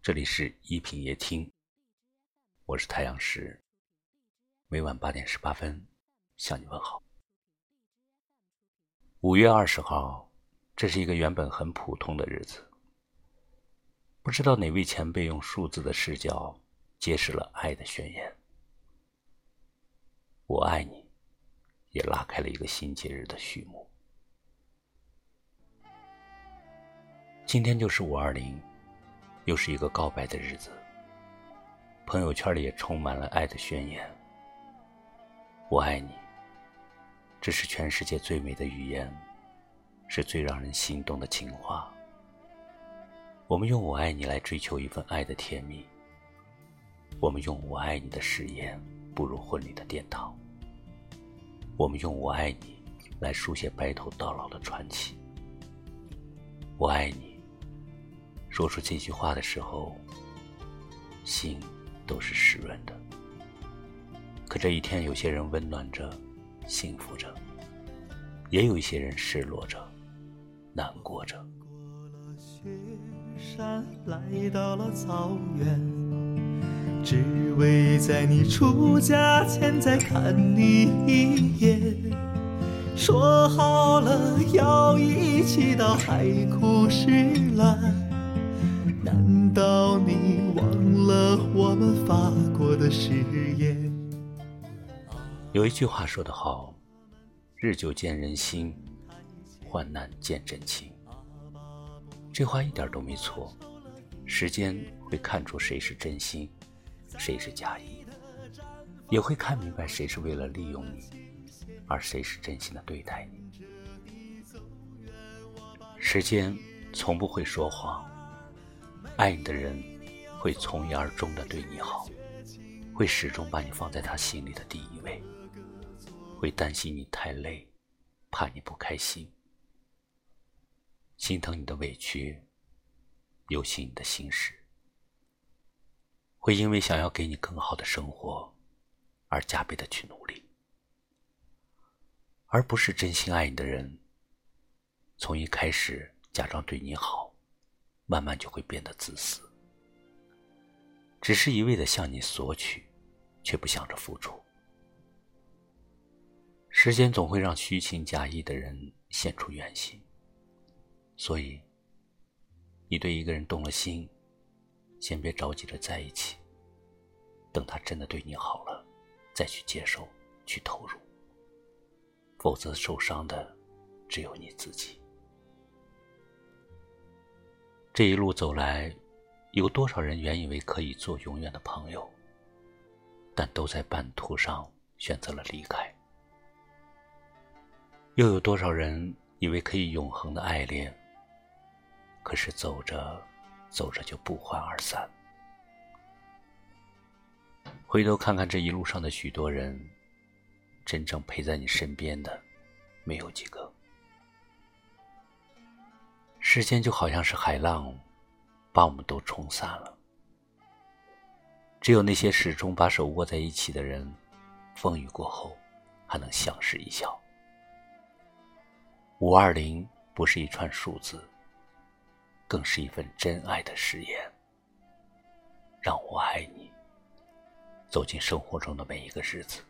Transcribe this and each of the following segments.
这里是一品夜听，我是太阳石，每晚8点18分向你问好。5月20号，这是一个原本很普通的日子。不知道哪位前辈用数字的视角揭示了爱的宣言。我爱你，也拉开了一个新节日的序幕。今天就是520，又是一个告白的日子，朋友圈里也充满了爱的宣言。我爱你，这是全世界最美的语言，是最让人心动的情话。我们用我爱你来追求一份爱的甜蜜，我们用我爱你的誓言步入婚礼的殿堂，我们用我爱你来书写白头到老的传奇。我爱你，说出这句话的时候，心都是湿润的。可这一天，有些人温暖着，幸福着，也有一些人失落着，难过着。 雪山来到了草原，只为在你出嫁前再看你一眼。说好了要一起到海枯石烂，难道你忘了我们发过的誓言？ 有一句话说得好，日久见人心，患难见真情。这话一点都没错，时间会看出谁是真心，谁是假意，也会看明白谁是为了利用你，而谁是真心的对待你。时间从不会说谎，爱你的人会从一而终的对你好，会始终把你放在他心里的第一位，会担心你太累，怕你不开心，心疼你的委屈，忧心你的心事，会因为想要给你更好的生活而加倍的去努力。而不是真心爱你的人，从一开始假装对你好，慢慢就会变得自私，只是一味地向你索取，却不想着付出。时间总会让虚情假意的人现出原形，所以你对一个人动了心，先别着急着在一起，等他真的对你好了，再去接受，去投入，否则受伤的只有你自己。这一路走来，有多少人原以为可以做永远的朋友，但都在半途上选择了离开。又有多少人以为可以永恒的爱恋，可是走着走着就不欢而散。回头看看这一路上的许多人，真正陪在你身边的没有几个。时间就好像是海浪，把我们都冲散了。只有那些始终把手握在一起的人，风雨过后还能相视一笑。520不是一串数字，更是一份真爱的誓言。让我爱你走进生活中的每一个日子。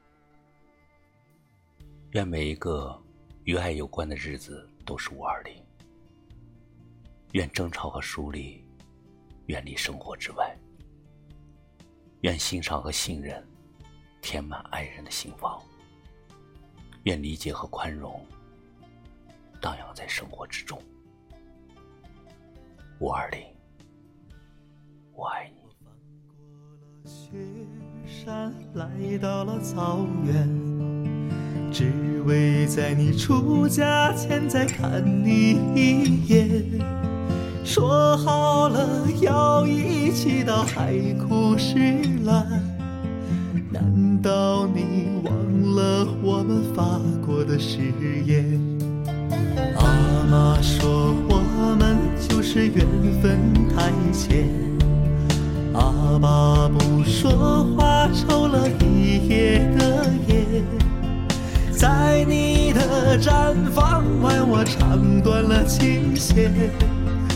愿每一个与爱有关的日子都是520。愿争吵和疏离远离生活之外。愿欣赏和信任填满爱人的心房。愿理解和宽容荡漾在生活之中。520，我爱你。 雪山来到了草原，只为在你出嫁前再看你一眼。说好了要一起到海枯石烂，难道你忘了我们发过的誓言？阿妈说我们就是缘分太浅，阿爸不说话抽了一夜的烟，在你的毡房外我唱断了琴弦，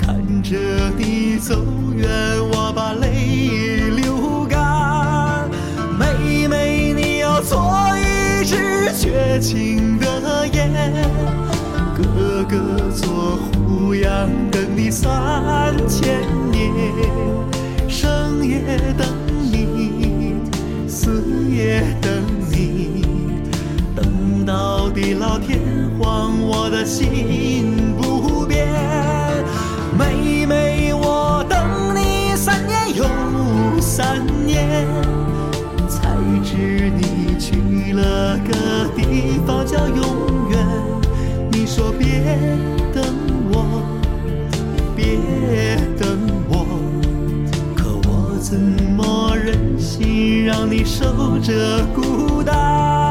看着你走远，我把泪流干。妹妹，你要做一只绝情的雁，哥哥做胡杨等你3000年。生也等你，死也等你，等到地老天荒，我的心不变。妹妹，我等你3年又3年，才知你去了个地方叫永远。你说别等我，别等我，可我怎么忍心让你守着孤单。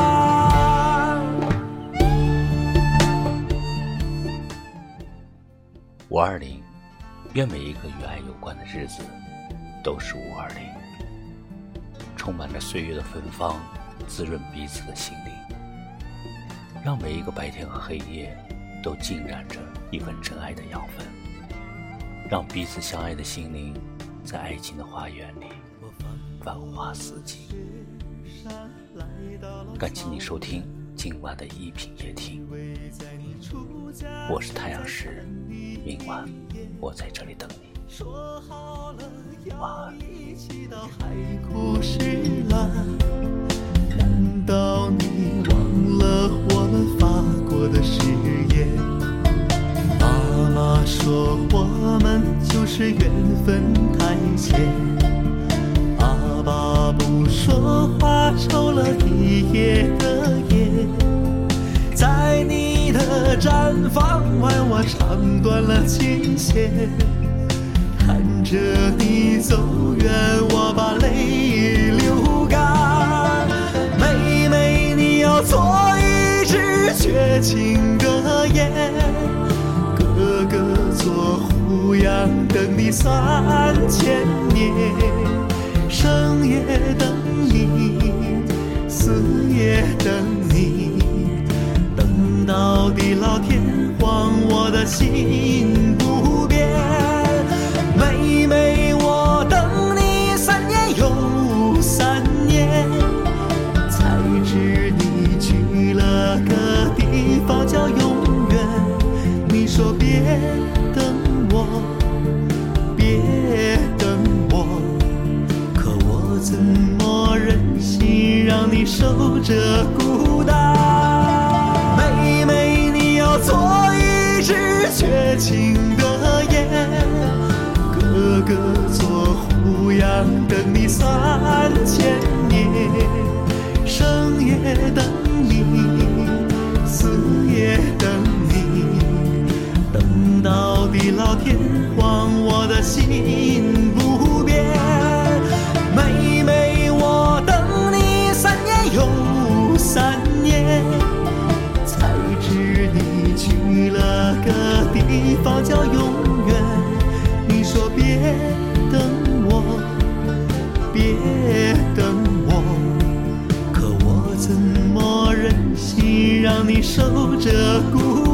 520，愿每一个与爱有关的日子都是520，充满着岁月的芬芳，滋润彼此的心灵，让每一个白天和黑夜都浸染着一份真爱的养分，让彼此相爱的心灵在爱情的花园里繁花似锦。感谢你收听今晚的一品夜听，我是太阳石，明晚我在这里等你。 说好了晚安。 一起到海枯石烂，难道你忘了我们发过的誓言？妈妈说我们就是缘分太浅，爸爸不说话抽了一夜的烟，在你的毡房外我唱断了琴弦。看着你走远，我把泪流干。妹妹，你要做一只绝情的雁，哥哥做胡杨等你3000年。生也等你，死也等你，等到地老天荒，我的心不变。妹妹，我等你3年又3年，才知你去了个地方叫永远。你说别等我，别等我，可我怎么忍心让你守着孤单？妹妹，你要做一只绝情的雁，哥哥做胡杨等你3000年。生也等你，死也等你，等到地老天荒，我的心不变。妹妹，我等你3年又3年，才知你去了个地方叫永远。你说别等我，别等我，可我怎么忍心让你守着孤